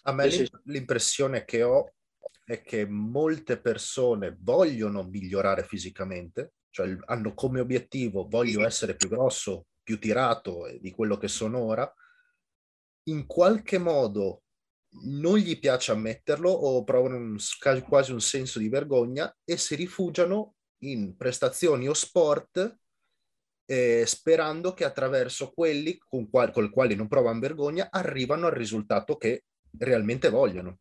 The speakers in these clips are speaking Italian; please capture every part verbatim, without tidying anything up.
A me Sì, sì, l'im- l'impressione che ho è che molte persone vogliono migliorare fisicamente, cioè il- hanno come obiettivo voglio essere più grosso, più tirato eh, di quello che sono ora, in qualche modo non gli piace ammetterlo o provano un- quasi un senso di vergogna e si rifugiano in prestazioni o sport eh, sperando che attraverso quelli con, qual- con i quali non provano vergogna arrivano al risultato che realmente vogliono.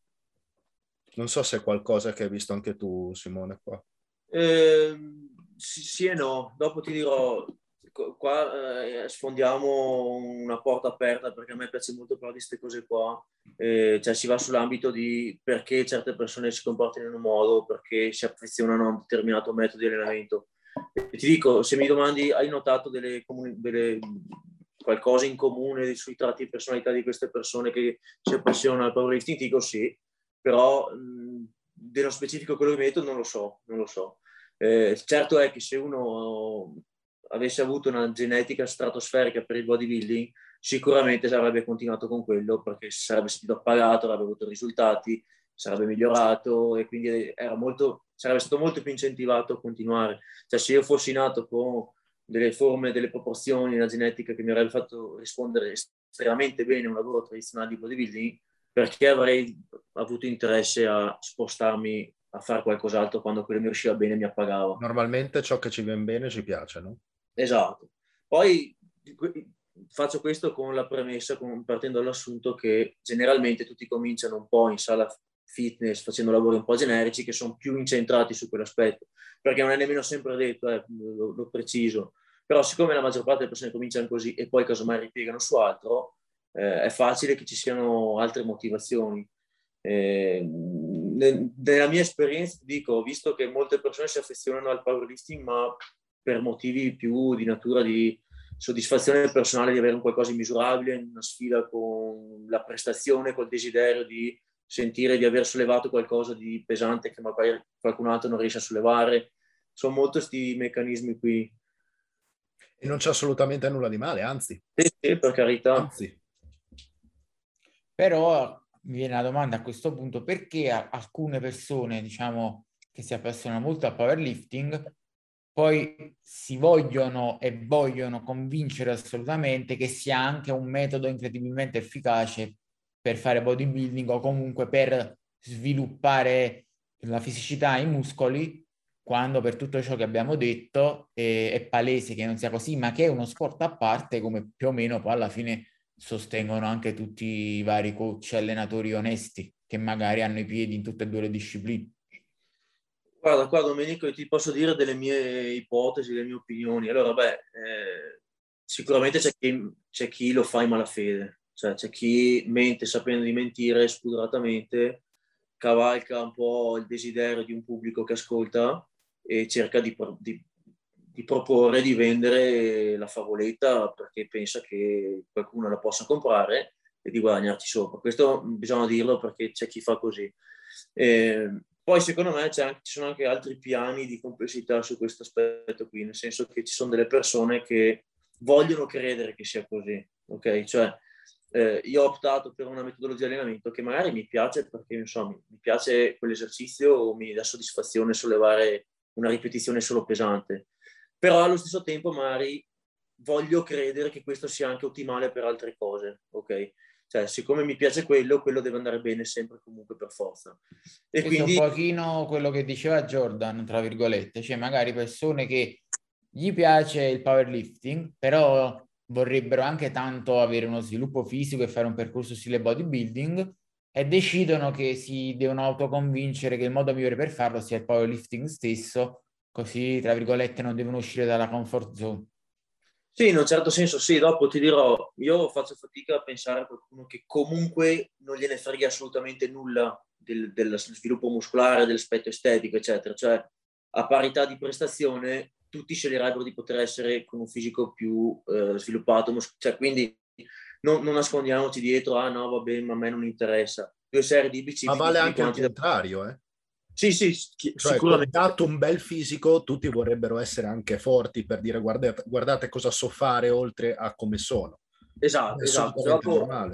Non so se è qualcosa che hai visto anche tu, Simone, qua. Eh, sì, sì e no, dopo ti dirò, qua eh, sfondiamo una porta aperta perché a me piace molto parlare di queste cose qua. Eh, cioè si va sull'ambito di perché certe persone si comportano in un modo, perché si affezionano a un determinato metodo di allenamento. E ti dico, se mi domandi, hai notato delle, delle, qualcosa in comune sui tratti di personalità di queste persone che si appassionano al powerlifting? Ti dico sì, però mh, dello specifico quello che mi hai detto non lo so, non lo so. Eh, certo è che se uno avesse avuto una genetica stratosferica per il bodybuilding, sicuramente avrebbe continuato con quello perché si sarebbe sentito appagato, avrebbe avuto risultati, sarebbe migliorato e quindi era molto, sarebbe stato molto più incentivato a continuare. Cioè, se io fossi nato con delle forme, delle proporzioni, una genetica che mi avrebbe fatto rispondere estremamente bene a un lavoro tradizionale di bodybuilding, perché avrei avuto interesse a spostarmi a fare qualcos'altro quando quello mi riusciva bene e mi appagava. Normalmente ciò che ci viene bene ci piace, no? Esatto. Poi faccio questo con la premessa, con, partendo dall'assunto che generalmente tutti cominciano un po' in sala fitness facendo lavori un po' generici che sono più incentrati su quell'aspetto, perché non è nemmeno sempre detto, eh, lo, lo preciso, però siccome la maggior parte delle persone cominciano così e poi casomai ripiegano su altro, eh, è facile che ci siano altre motivazioni. Eh, nella mia esperienza, dico, ho visto che molte persone si affezionano al powerlifting, ma per motivi più di natura di soddisfazione personale di avere un qualcosa di misurabile in una sfida con la prestazione, col desiderio di sentire di aver sollevato qualcosa di pesante che magari qualcun altro non riesce a sollevare. Sono molto questi meccanismi qui. E non c'è assolutamente nulla di male, anzi, Sì, sì, per carità. anzi. Però mi viene la domanda a questo punto, perché a- alcune persone, diciamo, che si appassionano molto al powerlifting, poi si vogliono e vogliono convincere assolutamente che sia anche un metodo incredibilmente efficace per fare bodybuilding o comunque per sviluppare la fisicità, i muscoli, quando per tutto ciò che abbiamo detto è, è palese che non sia così, ma che è uno sport a parte, come più o meno poi alla fine sostengono anche tutti i vari coach e allenatori onesti che magari hanno i piedi in tutte e due le discipline. Guarda, qua Domenico, io ti posso dire delle mie ipotesi, delle mie opinioni. Allora, beh, eh, sicuramente c'è chi, c'è chi lo fa in malafede, cioè c'è chi mente sapendo di mentire spudoratamente, cavalca un po' il desiderio di un pubblico che ascolta e cerca di, pro- di- di proporre di vendere la favoletta perché pensa che qualcuno la possa comprare e di guadagnarci sopra. Questo bisogna dirlo perché c'è chi fa così. Eh, poi secondo me c'è anche, ci sono anche altri piani di complessità su questo aspetto qui, nel senso che ci sono delle persone che vogliono credere che sia così, ok? Cioè, eh, io ho optato per una metodologia di allenamento che magari mi piace perché insomma, mi piace quell'esercizio o mi dà soddisfazione sollevare una ripetizione solo pesante, però allo stesso tempo magari voglio credere che questo sia anche ottimale per altre cose, ok? Cioè, siccome mi piace quello, quello deve andare bene sempre comunque per forza. E Questo è un quindi, pochino quello che diceva Jordan, tra virgolette, cioè magari persone che gli piace il powerlifting, però vorrebbero anche tanto avere uno sviluppo fisico e fare un percorso stile bodybuilding e decidono che si devono autoconvincere che il modo migliore per farlo sia il powerlifting stesso, così, tra virgolette, non devono uscire dalla comfort zone. sì, in un certo senso sì, dopo ti dirò, io faccio fatica a pensare a qualcuno che comunque non gliene frega assolutamente nulla del, dello sviluppo muscolare, dell'aspetto estetico, eccetera. Cioè, a parità di prestazione, tutti sceglierebbero di poter essere con un fisico più eh, sviluppato. Cioè, quindi non, non nascondiamoci dietro, ah no, va bene, ma a me non interessa. Due serie di Ma bicipiti, vale tutti anche il quanti da... contrario, eh? Sì, sì, Cioè, co- sicuramente. dato un bel fisico, tutti vorrebbero essere anche forti per dire guardate, guardate cosa so fare oltre a come sono. È Esatto, esatto. assolutamente Dopo normale.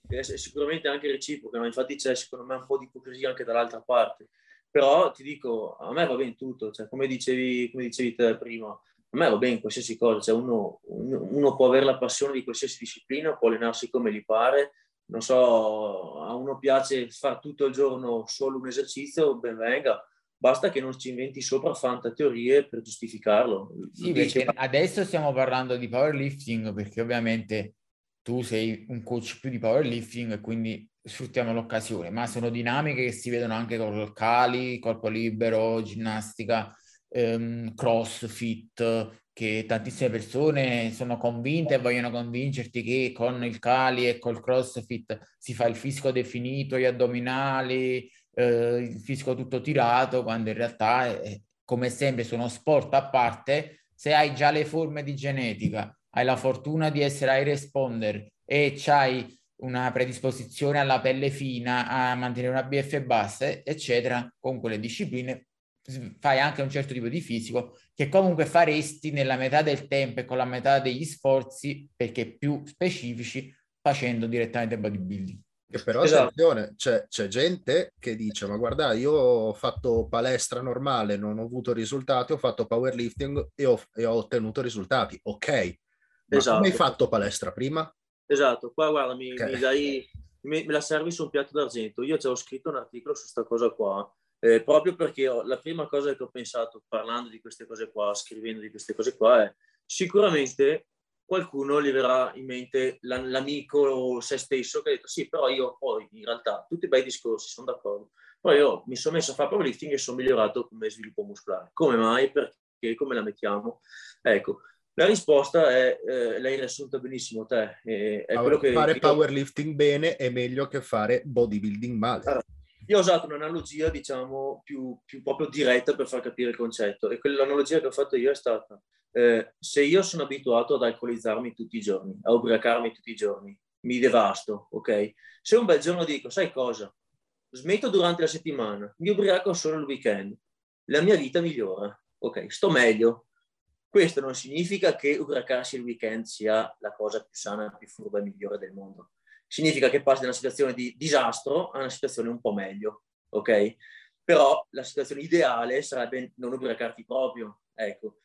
è sicuramente anche reciproca, no? Infatti c'è secondo me un po' di ipocrisia anche dall'altra parte, però ti dico, a me va bene tutto, cioè, come dicevi, come dicevi te prima, a me va bene qualsiasi cosa, cioè uno, uno può avere la passione di qualsiasi disciplina, può allenarsi come gli pare, non so, a uno piace fare tutto il giorno solo un esercizio, ben venga, basta che non ci inventi sopra fantateorie per giustificarlo. Sì, Dice, perché adesso stiamo parlando di powerlifting, perché ovviamente tu sei un coach più di powerlifting e quindi sfruttiamo l'occasione, ma sono dinamiche che si vedono anche col cali, corpo libero, ginnastica, ehm, crossfit, che tantissime persone sono convinte e vogliono convincerti che con il cali e col crossfit si fa il fisico definito, gli addominali, eh, il fisico tutto tirato, quando in realtà è, come sempre sono sport a parte. Se hai già le forme di genetica, hai la fortuna di essere high responder e c'hai una predisposizione alla pelle fina, a mantenere una B F bassa, eccetera, con quelle discipline fai anche un certo tipo di fisico che comunque faresti nella metà del tempo e con la metà degli sforzi, perché più specifici, facendo direttamente bodybuilding. Che però esatto. attenzione, c'è, c'è gente che dice, ma guarda, io ho fatto palestra normale, non ho avuto risultati, ho fatto powerlifting e ho, e ho ottenuto risultati. Ok, ma Esatto. come hai fatto palestra prima? Esatto, qua guarda, mi, Che... mi dai, me, me la servi su un piatto d'argento. Io ci ho scritto un articolo su questa cosa qua, eh, proprio perché ho, la prima cosa che ho pensato parlando di queste cose qua, scrivendo di queste cose qua, è sicuramente qualcuno gli verrà in mente l'amico o se stesso che ha detto sì, però io poi in realtà tutti i bei discorsi, sono d'accordo, poi io mi sono messo a fare powerlifting e sono migliorato come sviluppo muscolare. Come mai? Perché? Come la mettiamo? Ecco. La risposta è, eh, l'hai riassunta benissimo te, eh, è quello che fare io... powerlifting bene è meglio che fare bodybuilding male. Allora, io ho usato un'analogia, diciamo, più, più proprio diretta per far capire il concetto, e quell'analogia che ho fatto io è stata, eh, se io sono abituato ad alcolizzarmi tutti i giorni, a ubriacarmi tutti i giorni, mi devasto, ok? Se un bel giorno dico, sai cosa? Smetto durante la settimana, mi ubriaco solo il weekend, la mia vita migliora, ok? Sto meglio. Questo non significa che ubriacarsi il weekend sia la cosa più sana, più furba e migliore del mondo. Significa che passi da una situazione di disastro a una situazione un po' meglio, ok? Però la situazione ideale sarebbe non ubriacarti proprio, ecco.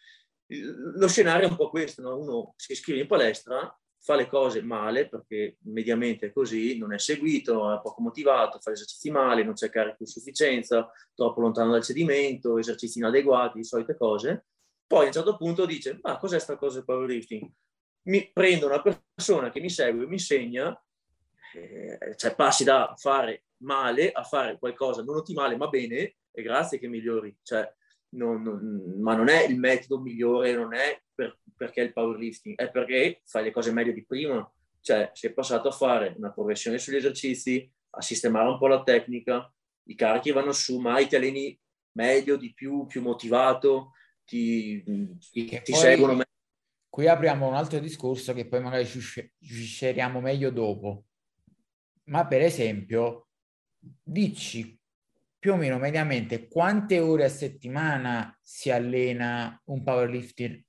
Lo scenario è un po' questo, no? Uno si iscrive in palestra, fa le cose male, perché mediamente è così, non è seguito, è poco motivato, fa esercizi male, non c'è carico a sufficienza, troppo lontano dal sedimento, esercizi inadeguati, solite cose. Poi a un certo punto dice, ma cos'è sta cosa del powerlifting? Mi prendo una persona che mi segue, mi insegna, eh, cioè passi da fare male a fare qualcosa non ottimale ma bene, e grazie che migliori. Cioè, non, non, ma non è il metodo migliore, non è per, perché il powerlifting, è perché fai le cose meglio di prima. Cioè, sei passato a fare una progressione sugli esercizi, a sistemare un po' la tecnica, i carichi vanno su, mai ti alleni meglio, di più, più motivato, ti, ti, ti seguono meglio. Qui apriamo un altro discorso che poi magari ci scegliamo meglio dopo. Ma per esempio, dici più o meno mediamente quante ore a settimana si allena un powerlifter,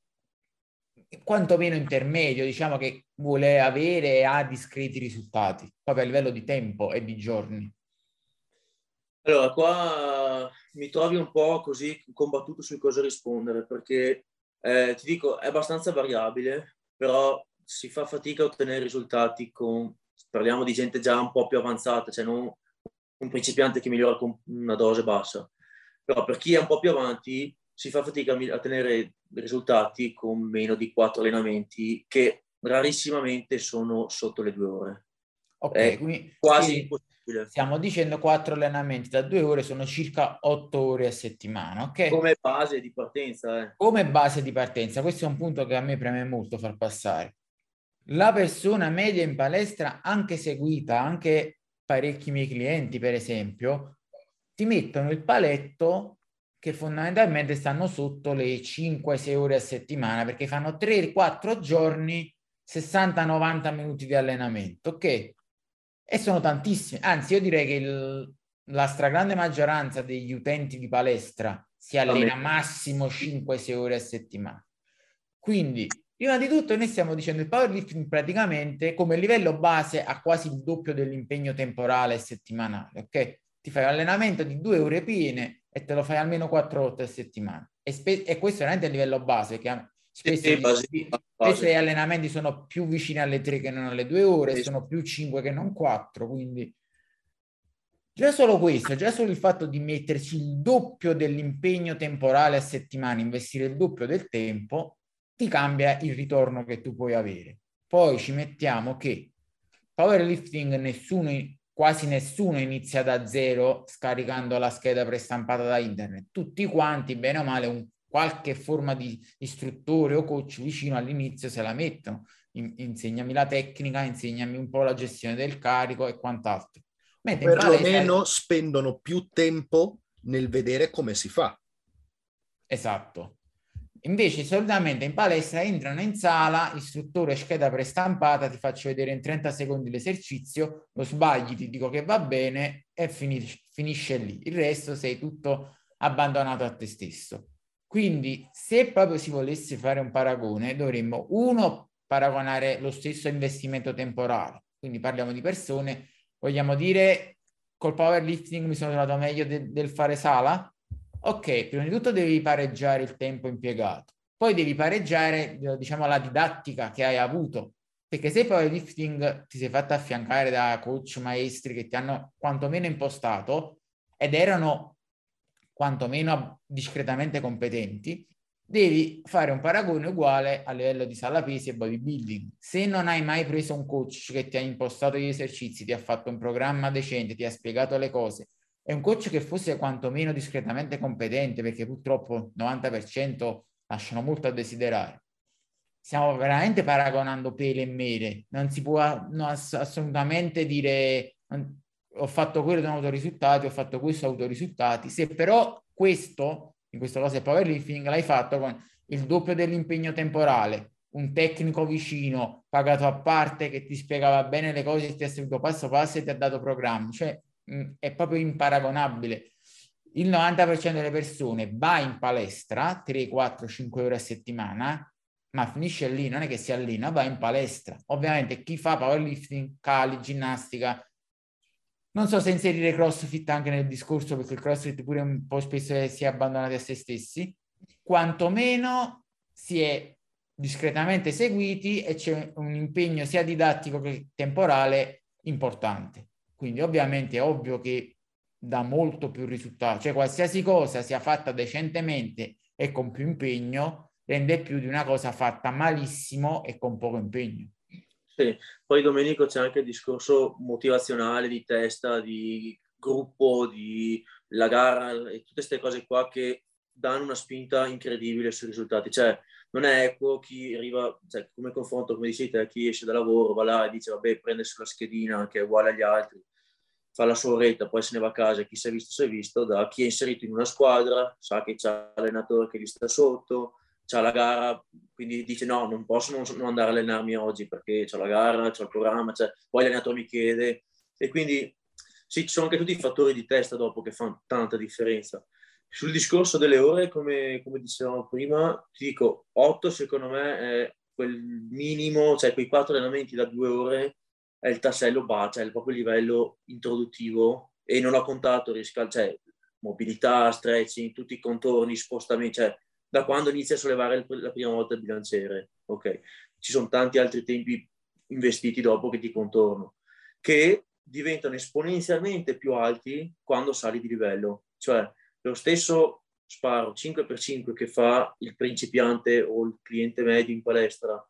quantomeno intermedio, diciamo, che vuole avere e ha discreti risultati, proprio a livello di tempo e di giorni? Allora, qua mi trovi un po' così combattuto su cosa rispondere, perché eh, ti dico, è abbastanza variabile, però si fa fatica a ottenere risultati con, parliamo di gente già un po' più avanzata, cioè non un principiante che migliora con una dose bassa. Però per chi è un po' più avanti si fa fatica a ottenere risultati con meno di quattro allenamenti, che rarissimamente sono sotto le due ore. Ok, è quindi, quasi quindi impossibile. stiamo dicendo quattro allenamenti da due ore sono circa otto ore a settimana, ok? Come base di partenza. Eh. Come base di partenza, questo è un punto che a me preme molto far passare. La persona media in palestra, anche seguita, anche parecchi miei clienti, per esempio, ti mettono il paletto che fondamentalmente stanno sotto le cinque sei ore a settimana, perché fanno tre quattro giorni, sessanta novanta minuti di allenamento, ok? E sono tantissimi. Anzi, io direi che il, la stragrande maggioranza degli utenti di palestra si allena massimo cinque sei ore a settimana. Quindi Prima di tutto noi stiamo dicendo il powerlifting praticamente come livello base ha quasi il doppio dell'impegno temporale settimanale, ok? Ti fai un allenamento di due ore piene e te lo fai almeno quattro volte a settimana. E, spe- e questo è veramente il livello base, che spesso, Sì, base, spesso gli allenamenti sono più vicini alle tre che non alle due ore, sì. Sono più cinque che non quattro, quindi già solo questo, già solo il fatto di metterci il doppio dell'impegno temporale a settimana, investire il doppio del tempo, ti cambia il ritorno che tu puoi avere. Poi ci mettiamo che powerlifting nessuno, quasi nessuno inizia da zero scaricando la scheda prestampata da internet. Tutti quanti, bene o male, un qualche forma di istruttore o coach vicino all'inizio se la mettono. In, insegnami la tecnica, insegnami un po' la gestione del carico e quant'altro. Perlomeno palestra... spendono più tempo nel vedere come si fa. Esatto. Invece solitamente in palestra entrano in sala, istruttore, scheda prestampata, ti faccio vedere in trenta secondi l'esercizio, lo sbagli, ti dico che va bene e finisce, finisce lì. Il resto sei tutto abbandonato a te stesso. Quindi se proprio si volesse fare un paragone, dovremmo uno paragonare lo stesso investimento temporale. Quindi parliamo di persone, vogliamo dire col powerlifting mi sono trovato meglio de- del fare sala? Ok, prima di tutto devi pareggiare il tempo impiegato, poi devi pareggiare, diciamo, la didattica che hai avuto, perché se poi il lifting ti sei fatto affiancare da coach maestri che ti hanno quantomeno impostato ed erano quantomeno discretamente competenti, devi fare un paragone uguale a livello di sala pesi e bodybuilding. Se non hai mai preso un coach che ti ha impostato gli esercizi, ti ha fatto un programma decente, ti ha spiegato le cose, è un coach che fosse quantomeno discretamente competente, perché purtroppo il novanta per cento lasciano molto a desiderare. Stiamo veramente paragonando pele e mele, non si può no, ass- assolutamente dire ho fatto quello e ho avuto risultati, ho fatto questo e ho avuto risultati. Se però questo, in questo caso è powerlifting, l'hai fatto con il doppio dell'impegno temporale, un tecnico vicino, pagato a parte, che ti spiegava bene le cose, ti ha seguito passo passo e ti ha dato programmi, cioè è proprio imparagonabile. Il novanta per cento delle persone va in palestra tre, quattro, cinque ore a settimana, ma finisce lì, non è che si allena, va in palestra. Ovviamente chi fa powerlifting, cali, ginnastica, non so se inserire CrossFit anche nel discorso, perché il CrossFit pure un po' spesso si è abbandonati a se stessi, quantomeno si è discretamente seguiti e c'è un impegno sia didattico che temporale importante. Quindi ovviamente è ovvio che dà molto più risultato, cioè qualsiasi cosa sia fatta decentemente e con più impegno rende più di una cosa fatta malissimo e con poco impegno. Sì. Poi Domenico c'è anche il discorso motivazionale, di testa, di gruppo, di la gara e tutte queste cose qua che danno una spinta incredibile sui risultati. Cioè non è equo chi arriva, cioè, come confronto, come dici te, chi esce da lavoro, va là e dice vabbè, prende sulla schedina che è uguale agli altri, fa la sua oretta, poi se ne va a casa, chi si è visto si è visto, da chi è inserito in una squadra, sa che c'è l'allenatore che gli sta sotto, c'ha la gara, quindi dice no, non posso non, non andare a allenarmi oggi perché c'ho la gara, c'ho il programma, cioè, poi l'allenatore mi chiede, e quindi sì, ci sono anche tutti i fattori di testa dopo che fanno tanta differenza. Sul discorso delle ore, come, come dicevamo prima, ti dico, otto secondo me è quel minimo, cioè quei quattro allenamenti da due ore è il tassello base, cioè è proprio il livello introduttivo, e non ho contato riscal- cioè, mobilità, stretching, tutti i contorni, spostamenti, cioè da quando inizi a sollevare il, la prima volta il bilanciere, ok? Ci sono tanti altri tempi investiti dopo che ti contorno, che diventano esponenzialmente più alti quando sali di livello. Cioè lo stesso sparo cinque per cinque che fa il principiante o il cliente medio in palestra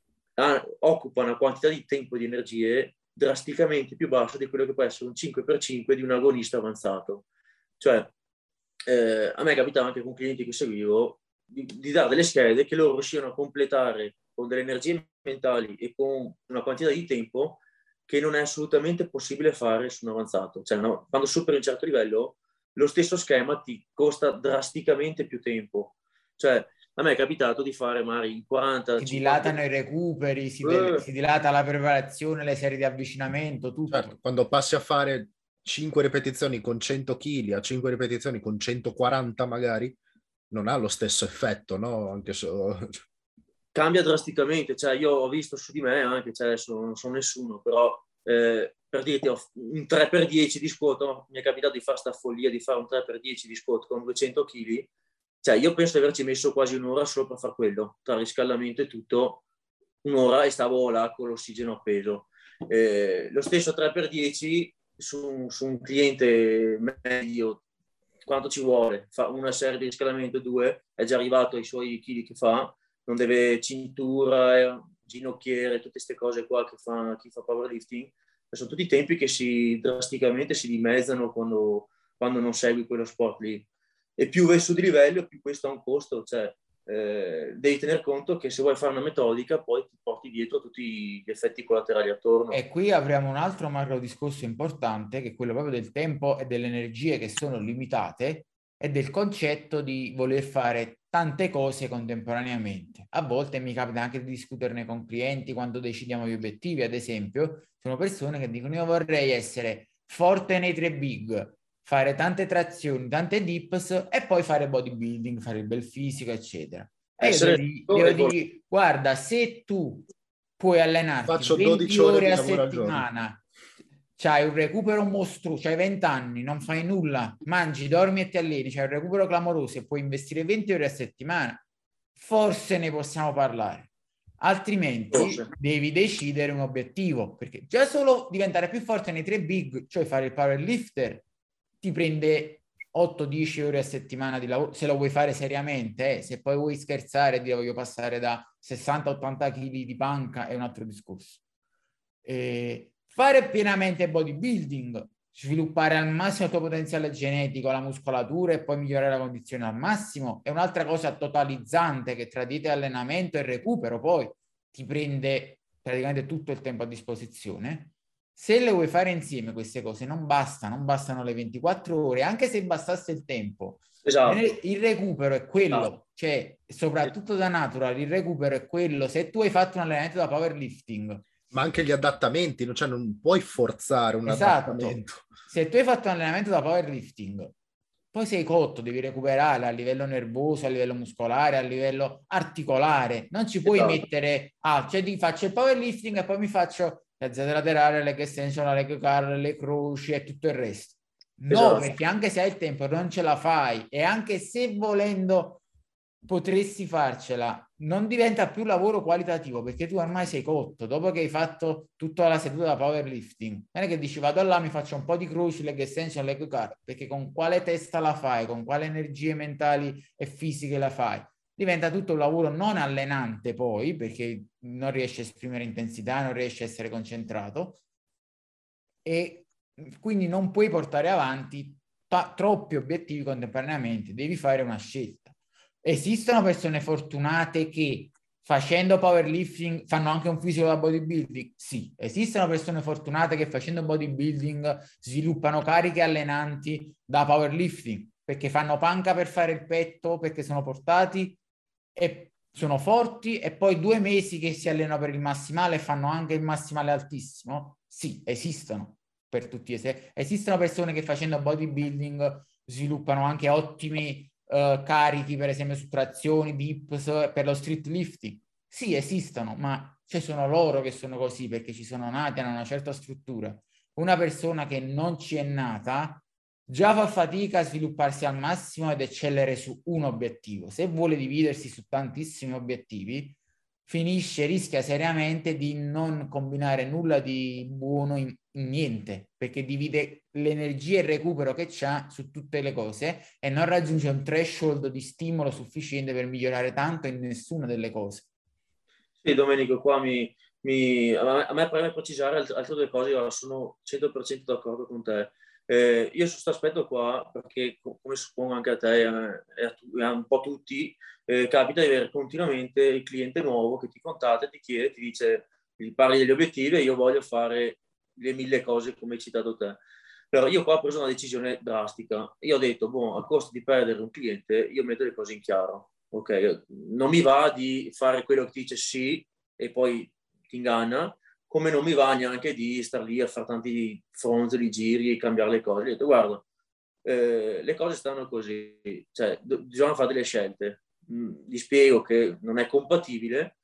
ah, occupa una quantità di tempo e di energie drasticamente più bassa di quello che può essere un cinque per cinque di un agonista avanzato. Cioè eh, a me capitava anche con clienti che seguivo di, di dare delle schede che loro riuscivano a completare con delle energie mentali e con una quantità di tempo che non è assolutamente possibile fare su un avanzato. Cioè, no, quando superi un certo livello, lo stesso schema ti costa drasticamente più tempo. Cioè, a me è capitato di fare magari in quaranta... Si cinquanta... dilatano i recuperi, si, eh. si dilata la preparazione, le serie di avvicinamento, tutto. Certo, quando passi a fare cinque ripetizioni con cento chili a cinque ripetizioni con centoquaranta magari, non ha lo stesso effetto, no? Anche se... cambia drasticamente, cioè io ho visto su di me anche, cioè adesso non sono nessuno, però eh, per dirti un tre per dieci di squat, no? Mi è capitato di fare sta follia di fare un tre per dieci di squat con duecento chili, cioè io penso di averci messo quasi un'ora solo per fare quello, tra riscaldamento e tutto, un'ora, e stavo là con l'ossigeno appeso. Eh, lo stesso tre per dieci su, su un cliente medio, quanto ci vuole? Fa una serie di riscaldamento, due, è già arrivato ai suoi chili che fa, non deve cintura, ginocchiere, tutte queste cose qua che fa chi fa powerlifting. Sono tutti tempi che si drasticamente si dimezzano quando, quando non segui quello sport lì. E più vai su di livello, più questo ha un costo, cioè eh, devi tener conto che se vuoi fare una metodica poi ti porti dietro tutti gli effetti collaterali attorno. E qui apriamo un altro macro discorso importante, che è quello proprio del tempo e delle energie che sono limitate, e del concetto di voler fare tante cose contemporaneamente. A volte mi capita anche di discuterne con clienti quando decidiamo gli obiettivi. Ad esempio, sono persone che dicono: io vorrei essere forte nei tre big, fare tante trazioni, tante dips e poi fare bodybuilding, fare il bel fisico, eccetera. E io devo dire, devo dire, guarda, se tu puoi allenarti Faccio venti ore a lavoro settimana, c'hai un recupero mostruoso, c'hai venti anni, non fai nulla, mangi, dormi e ti alleni, c'hai un recupero clamoroso e puoi investire venti ore a settimana, forse ne possiamo parlare. Altrimenti forse devi decidere un obiettivo, perché già solo diventare più forte nei tre big, cioè fare il powerlifter, ti prende otto dieci ore a settimana di lavoro, se lo vuoi fare seriamente. Eh. Se poi vuoi scherzare e dire voglio passare da sessanta ottanta chili di panca è un altro discorso. Eh, fare pienamente bodybuilding, sviluppare al massimo il tuo potenziale genetico, la muscolatura e poi migliorare la condizione al massimo è un'altra cosa totalizzante che tra dieta e allenamento e recupero poi ti prende praticamente tutto il tempo a disposizione. Se le vuoi fare insieme queste cose non basta, non bastano le ventiquattro ore, anche se bastasse il tempo. Esatto. Il recupero è quello, esatto. Cioè soprattutto da natural, il recupero è quello. Se tu hai fatto un allenamento da powerlifting, ma anche gli adattamenti, cioè non puoi forzare un esatto. adattamento. Se tu hai fatto un allenamento da powerlifting, poi sei cotto, devi recuperare a livello nervoso, a livello muscolare, a livello articolare. Non ci puoi esatto. mettere, ah, cioè ti faccio il powerlifting e poi mi faccio la Z laterale, leg extension, la leg curl, le croci e tutto il resto. No, esatto. Perché anche se hai il tempo non ce la fai, e anche se volendo potresti farcela, non diventa più lavoro qualitativo, perché tu ormai sei cotto dopo che hai fatto tutta la seduta da powerlifting. Non è che dici vado là, mi faccio un po' di croci, leg extension, leg curl, perché con quale testa la fai, con quale energie mentali e fisiche la fai? Diventa tutto un lavoro non allenante poi, perché non riesci a esprimere intensità, non riesci a essere concentrato, e quindi non puoi portare avanti t- troppi obiettivi contemporaneamente, devi fare una scelta. Esistono persone fortunate che facendo powerlifting fanno anche un fisico da bodybuilding? Sì. Esistono persone fortunate che facendo bodybuilding sviluppano cariche allenanti da powerlifting, perché fanno panca per fare il petto, perché sono portati e sono forti, e poi due mesi che si allenano per il massimale e fanno anche il massimale altissimo? Sì, esistono per tutti. Esistono persone che facendo bodybuilding sviluppano anche ottimi Uh, carichi, per esempio su trazioni, dips per lo street lifting? Sì, esistono, ma ci sono loro che sono così perché ci sono nati, hanno una certa struttura. Una persona che non ci è nata già fa fatica a svilupparsi al massimo ed eccellere su un obiettivo. Se vuole dividersi su tantissimi obiettivi, finisce, rischia seriamente di non combinare nulla di buono in, in niente, perché divide l'energia e il recupero che c'ha su tutte le cose e non raggiunge un threshold di stimolo sufficiente per migliorare tanto in nessuna delle cose. Sì, Domenico, qua mi, mi, a me preme precisare altre due cose. Io sono cento per cento d'accordo con te. Eh, io su questo aspetto qua, perché come suppongo anche a te eh, e a, e a un po' tutti, eh, capita di avere continuamente il cliente nuovo che ti contatta, ti chiede, ti dice, gli parli degli obiettivi e io voglio fare le mille cose come hai citato te. Però io qua ho preso una decisione drastica. Io ho detto, boh, a costo di perdere un cliente, io metto le cose in chiaro. Ok, non mi va di fare quello che ti dice sì e poi ti inganna, come non mi va neanche di star lì a fare tanti fronzoli, giri, cambiare le cose. Ho detto, guarda, eh, le cose stanno così, cioè do- bisogna fare delle scelte. Mm, gli spiego che non è compatibile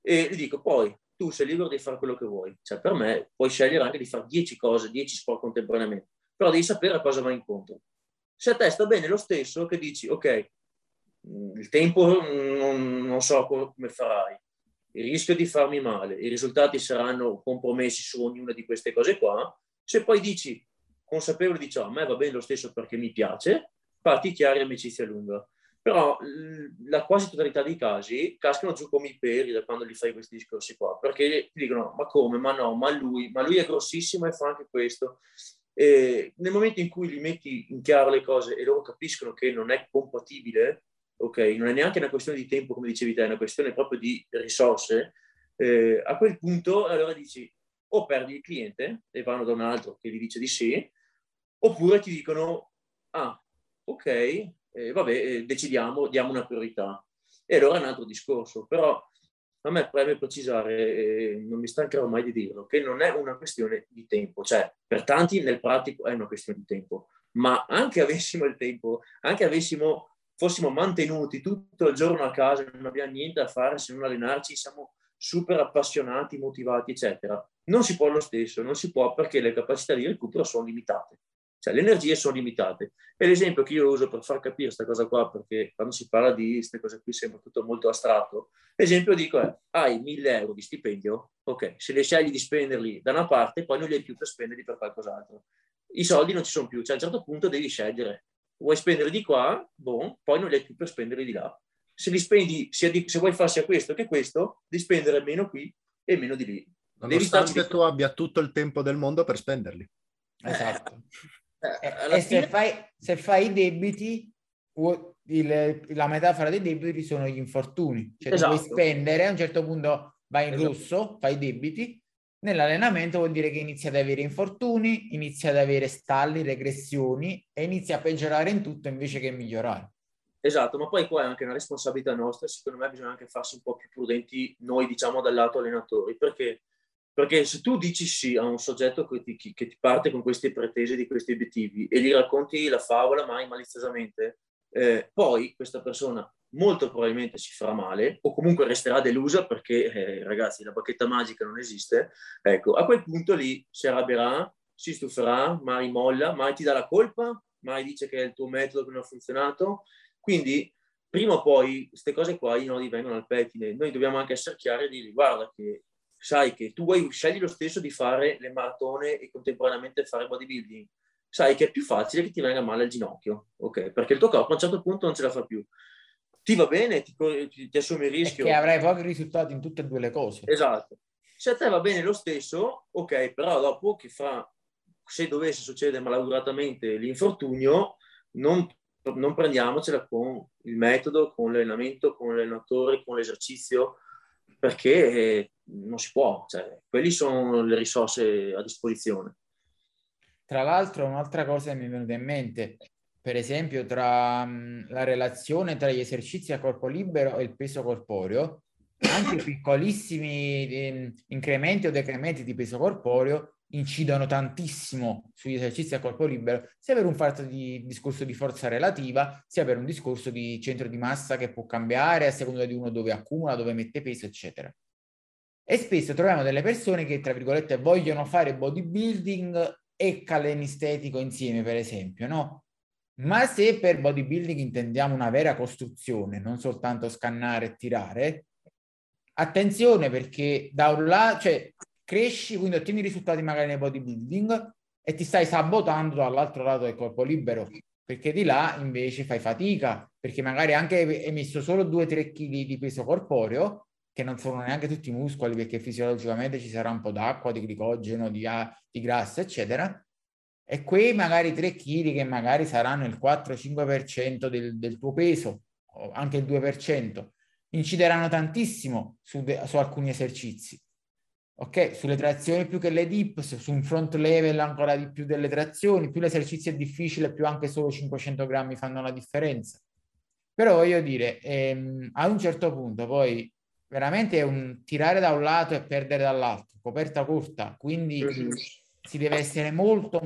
E gli dico, poi tu sei libero di fare quello che vuoi, cioè per me puoi scegliere anche di fare dieci cose, dieci sport contemporaneamente, però devi sapere a cosa vai incontro. Se a te sta bene lo stesso che dici, ok, il tempo non, non so come farai, il rischio di farmi male, i risultati saranno compromessi su ognuna di queste cose qua, se poi dici, consapevole di ciò, a me va bene lo stesso perché mi piace, fatti chiari, amicizia lunga. Però la quasi totalità dei casi cascano giù come i peri da quando gli fai questi discorsi qua, perché ti dicono, ma come, ma no, ma lui, ma lui è grossissimo e fa anche questo. E nel momento in cui gli metti in chiaro le cose e loro capiscono che non è compatibile, ok, non è neanche una questione di tempo, come dicevi te, è una questione proprio di risorse, eh, a quel punto allora dici, o perdi il cliente e vanno da un altro che gli dice di sì, oppure ti dicono, ah, ok, eh, vabbè, eh, decidiamo, diamo una priorità. E allora è un altro discorso, però a me preme precisare, eh, non mi stancherò mai di dirlo, che non è una questione di tempo, cioè per tanti nel pratico è una questione di tempo, ma anche avessimo il tempo, anche avessimo, fossimo mantenuti tutto il giorno a casa, non abbiamo niente da fare se non allenarci, siamo super appassionati, motivati, eccetera. Non si può lo stesso, non si può perché le capacità di recupero sono limitate. Cioè, le energie sono limitate. E l'esempio che io uso per far capire questa cosa qua, perché quando si parla di queste cose qui sembra tutto molto astratto, l'esempio dico è, hai mille euro di stipendio, ok, se le scegli di spenderli da una parte, poi non li hai più per spenderli per qualcos'altro. I soldi non ci sono più, cioè a un certo punto devi scegliere. Vuoi spenderli di qua? Boh, poi non li hai più per spenderli di là. Se li spendi, sia di, se vuoi fare sia questo che questo, devi spendere meno qui e meno di lì. Nonostante tu abbia tutto il tempo del mondo per spenderli. Esatto. Eh, e e fine... se, fai, se fai i debiti, il, la metafora dei debiti sono gli infortuni. Cioè esatto. Tu vuoi spendere, a un certo punto vai in esatto. rosso, fai i debiti. Nell'allenamento vuol dire che inizi ad avere infortuni, inizi ad avere stalli, regressioni e inizi a peggiorare in tutto invece che migliorare. Esatto, ma poi qua è anche una responsabilità nostra, secondo me bisogna anche farsi un po' più prudenti noi, diciamo, dal lato allenatori, perché, perché se tu dici sì a un soggetto che ti, che ti parte con queste pretese di questi obiettivi e gli racconti la favola mai maliziosamente, eh, poi questa persona molto probabilmente si farà male o comunque resterà delusa perché, eh, ragazzi, la bacchetta magica non esiste. Ecco, a quel punto lì si arrabbierà, si stuferà, mai molla, mai ti dà la colpa, mai dice che è il tuo metodo che non ha funzionato. Quindi, prima o poi, queste cose qua i nodi vengono al pettine. Noi dobbiamo anche essere chiari e dire, guarda che sai che tu vuoi, scegli lo stesso di fare le maratone e contemporaneamente fare bodybuilding. Sai che è più facile che ti venga male al ginocchio, ok? Perché il tuo corpo a un certo punto non ce la fa più. Ti va bene, ti, ti, ti assumi il rischio. E che avrai pochi risultati in tutte e due le cose. Esatto. Se a te va bene lo stesso, ok, però dopo che fa, se dovesse succedere malauguratamente l'infortunio, non non prendiamocela con il metodo, con l'allenamento, con l'allenatore, con l'esercizio, perché eh, non si può, cioè, quelli sono le risorse a disposizione. Tra l'altro un'altra cosa che mi è venuta in mente, per esempio tra mh, la relazione tra gli esercizi a corpo libero e il peso corporeo, anche piccolissimi eh, incrementi o decrementi di peso corporeo incidono tantissimo sugli esercizi a corpo libero, sia per un fatto di discorso di forza relativa, sia per un discorso di centro di massa che può cambiare a seconda di uno dove accumula, dove mette peso, eccetera. E spesso troviamo delle persone che, tra virgolette, vogliono fare bodybuilding e calenistetico insieme, per esempio, no? Ma se per bodybuilding intendiamo una vera costruzione, non soltanto scannare e tirare, attenzione perché da un lato, cioè, cresci, quindi ottieni risultati magari nel bodybuilding e ti stai sabotando dall'altro lato del corpo libero, perché di là invece fai fatica, perché magari anche hai messo solo due tre chili di peso corporeo, che non sono neanche tutti muscoli, perché fisiologicamente ci sarà un po' d'acqua, di glicogeno, di, di grassa, eccetera, e quei magari tre chili che magari saranno il quattro cinque per cento del, del tuo peso, o anche il due per cento, incideranno tantissimo su, de, su alcuni esercizi. Ok, sulle trazioni più che le dips, su un front level ancora di più delle trazioni, più l'esercizio è difficile, più anche solo cinquecento grammi fanno la differenza. Però voglio dire, ehm, ad un certo punto poi veramente è un tirare da un lato e perdere dall'altro, coperta corta, quindi mm-hmm. si deve essere molto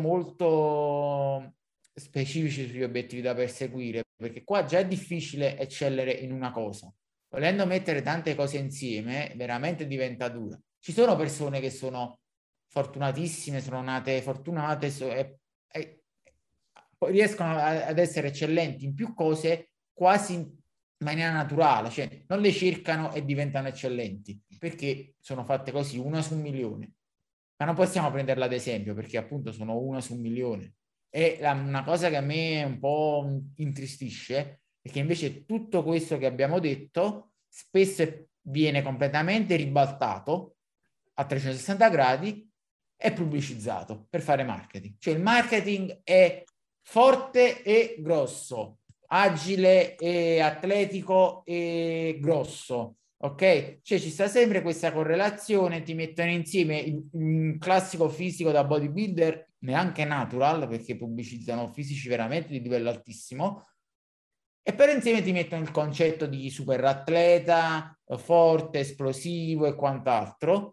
molto specifici sugli obiettivi da perseguire, perché qua già è difficile eccellere in una cosa. volendo mettere tante cose insieme, veramente diventa dura. Ci sono persone che sono fortunatissime, sono nate fortunate so, e, e riescono a, ad essere eccellenti in più cose quasi in maniera naturale, cioè non le cercano e diventano eccellenti, perché sono fatte così, una su un milione. Ma non possiamo prenderla ad esempio, perché appunto sono una su un milione. E la, una cosa che a me un po' intristisce è che invece tutto questo che abbiamo detto spesso viene completamente ribaltato a trecentosessanta gradi e pubblicizzato per fare marketing. Cioè il marketing è forte e grosso, agile e atletico e grosso, ok? Cioè ci sta sempre questa correlazione, ti mettono insieme un classico fisico da bodybuilder, neanche natural, perché pubblicizzano fisici veramente di livello altissimo, e per insieme ti mettono il concetto di super atleta, forte, esplosivo e quant'altro,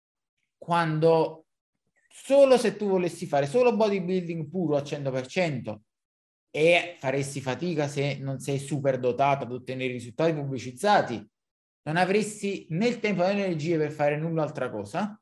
quando solo se tu volessi fare solo bodybuilding puro al cento per cento e faresti fatica se non sei super dotato ad ottenere i risultati pubblicizzati, non avresti né il tempo né le energie per fare nulla altra cosa.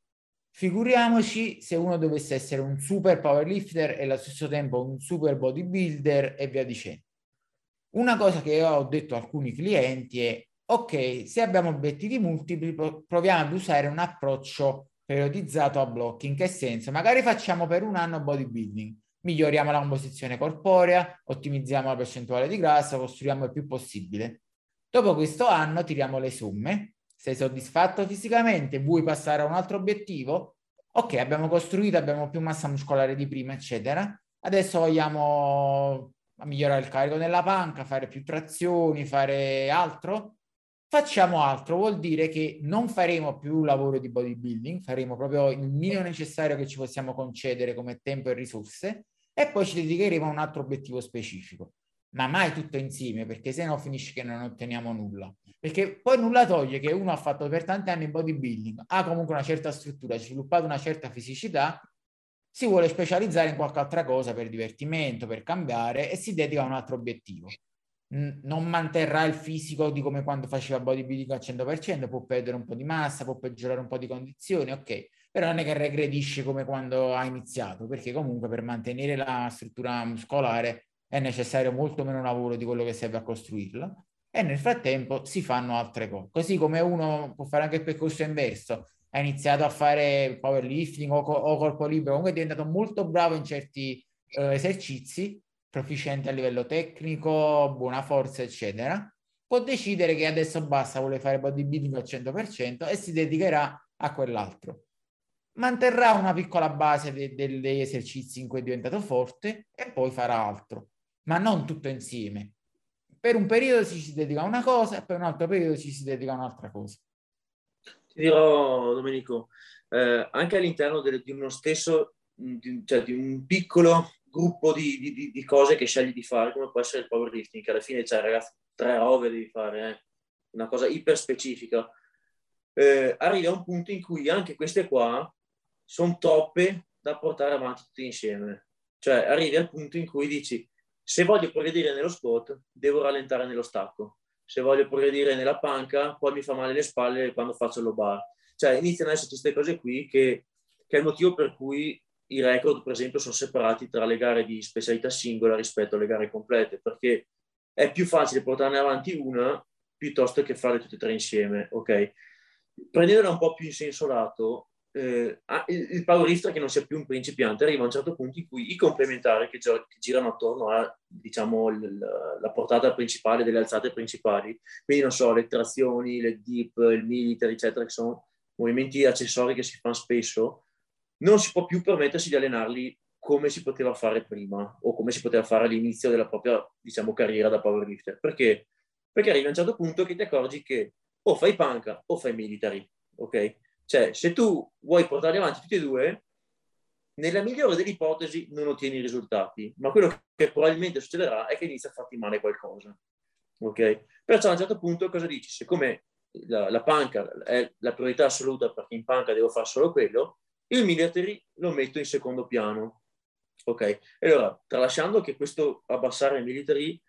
Figuriamoci se uno dovesse essere un super powerlifter e allo stesso tempo un super bodybuilder e via dicendo. Una cosa che ho detto a alcuni clienti è: ok, se abbiamo obiettivi multipli, proviamo ad usare un approccio periodizzato a blocchi. In che senso? Magari facciamo per un anno bodybuilding, miglioriamo la composizione corporea, ottimizziamo la percentuale di grassa, costruiamo il più possibile. Dopo questo anno tiriamo le somme. Sei soddisfatto fisicamente? Vuoi passare a un altro obiettivo? Ok, abbiamo costruito, abbiamo più massa muscolare di prima, eccetera. Adesso vogliamo migliorare il carico nella panca, fare più trazioni, fare altro. Facciamo altro, vuol dire che non faremo più lavoro di bodybuilding, faremo proprio il minimo necessario che ci possiamo concedere come tempo e risorse e poi ci dedicheremo a un altro obiettivo specifico. Ma mai tutto insieme, perché se no finisce che non otteniamo nulla. Perché poi nulla toglie che uno ha fatto per tanti anni bodybuilding, ha comunque una certa struttura, ha sviluppato una certa fisicità, si vuole specializzare in qualche altra cosa per divertimento, per cambiare e si dedica a un altro obiettivo. Non manterrà il fisico di come quando faceva bodybuilding al cento per cento, può perdere un po' di massa, può peggiorare un po' di condizioni, ok, però non è che regredisce come quando ha iniziato, perché comunque per mantenere la struttura muscolare è necessario molto meno lavoro di quello che serve a costruirla e nel frattempo si fanno altre cose. Così come uno può fare anche il percorso inverso, ha iniziato a fare powerlifting o, o corpo libero, comunque è diventato molto bravo in certi eh, esercizi, proficiente a livello tecnico, buona forza, eccetera, può decidere che adesso basta, vuole fare bodybuilding al cento per cento e si dedicherà a quell'altro. Manterrà una piccola base de- degli esercizi in cui è diventato forte e poi farà altro, ma non tutto insieme. Per un periodo ci si dedica a una cosa e per un altro periodo ci si dedica a un'altra cosa. Ti dirò, Domenico, eh, anche all'interno del, di uno stesso, di, cioè di un piccolo gruppo di, di, di cose che scegli di fare, come può essere il powerlifting, che alla fine c'è, ragazzi, tre robe devi fare, eh? Una cosa iper specifica. Eh, arrivi a un punto in cui anche queste qua sono troppe da portare avanti tutte insieme. Cioè, arrivi al punto in cui dici: se voglio progredire nello squat, devo rallentare nello stacco. Se voglio progredire nella panca, poi mi fa male le spalle quando faccio lo bar. Cioè, iniziano ad esserci queste cose qui che, che è il motivo per cui i record, per esempio, sono separati tra le gare di specialità singola rispetto alle gare complete, perché è più facile portarne avanti una piuttosto che farle tutte e tre insieme, ok? Prendendola un po' più in senso lato, eh, il, il powerlifter che non sia più un principiante arriva a un certo punto in cui i complementari che, gi- che girano attorno a, diciamo, il, la portata principale delle alzate principali, quindi non so, le trazioni, le dip, il military, eccetera, che sono movimenti accessori che si fanno spesso, non si può più permettersi di allenarli come si poteva fare prima o come si poteva fare all'inizio della propria, diciamo, carriera da powerlifter. Perché? Perché arrivi a un certo punto che ti accorgi che o fai panca o fai military, ok? Cioè, se tu vuoi portare avanti tutti e due, nella migliore delle ipotesi non ottieni i risultati, ma quello che probabilmente succederà è che inizia a farti male qualcosa, ok? Perciò a un certo punto cosa dici? Siccome la, la panca è la priorità assoluta perché in panca devo fare solo quello, il military lo metto in secondo piano, ok? E allora, tralasciando che questo abbassare il military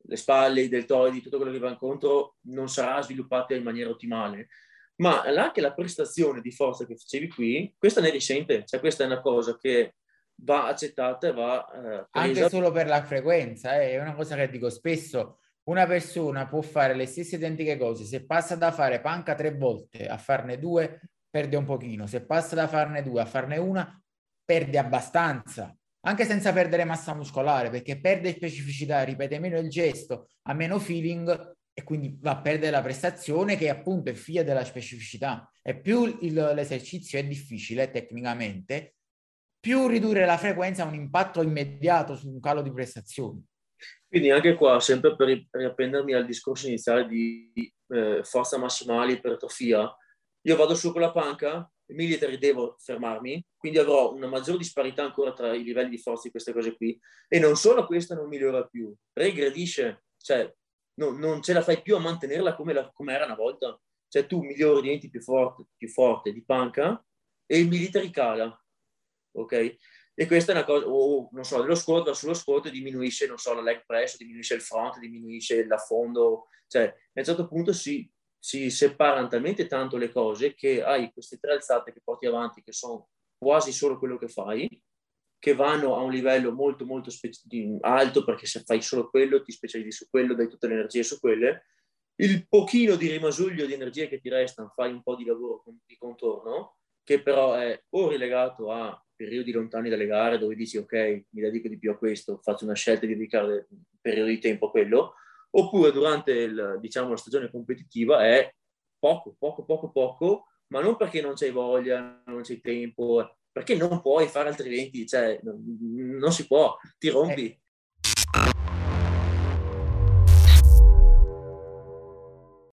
le spalle, i deltoidi, tutto quello che va incontro non sarà sviluppato in maniera ottimale. Ma anche la prestazione di forza che facevi qui, questa ne risente, cioè questa è una cosa che va accettata e va eh, presa. Anche solo per la frequenza, eh, è una cosa che dico spesso, una persona può fare le stesse identiche cose, se passa da fare panca tre volte a farne due perde un pochino, se passa da farne due a farne una perde abbastanza, anche senza perdere massa muscolare, perché perde specificità, ripete meno il gesto, ha meno feeling e quindi va a perdere la prestazione che appunto è figlia della specificità. E più il, l'esercizio è difficile tecnicamente, più ridurre la frequenza ha un impatto immediato su un calo di prestazioni. Quindi anche qua, sempre per riappendermi al discorso iniziale di eh, forza massimale, ipertrofia, io vado su con la panca, military devo fermarmi, quindi avrò una maggiore disparità ancora tra i livelli di forza di queste cose qui, e non solo questa non migliora più, regredisce, cioè no, non ce la fai più a mantenerla come, la, come era una volta, cioè tu migliori, diventi più forte, più forte di panca e il military cala, ok? E questa è una cosa, o non so, dello squat va sullo squat e diminuisce, non so, la leg press, diminuisce il front, diminuisce l'affondo, cioè a un certo punto si, si separano talmente tanto le cose che hai queste tre alzate che porti avanti che sono quasi solo quello che fai, che vanno a un livello molto molto spe- alto, perché se fai solo quello ti specializzi su quello, dai tutte le energie su quelle, il pochino di rimasuglio di energie che ti restano fai un po' di lavoro di contorno, che però è o rilegato a periodi lontani dalle gare dove dici ok, mi dedico di più a questo, faccio una scelta di dedicare un periodo di tempo a quello, oppure durante il, diciamo, la stagione competitiva è poco, poco, poco, poco, ma non perché non c'hai voglia, non c'hai tempo, perché non puoi fare altrimenti, cioè non, non si può, ti rompi. Eh,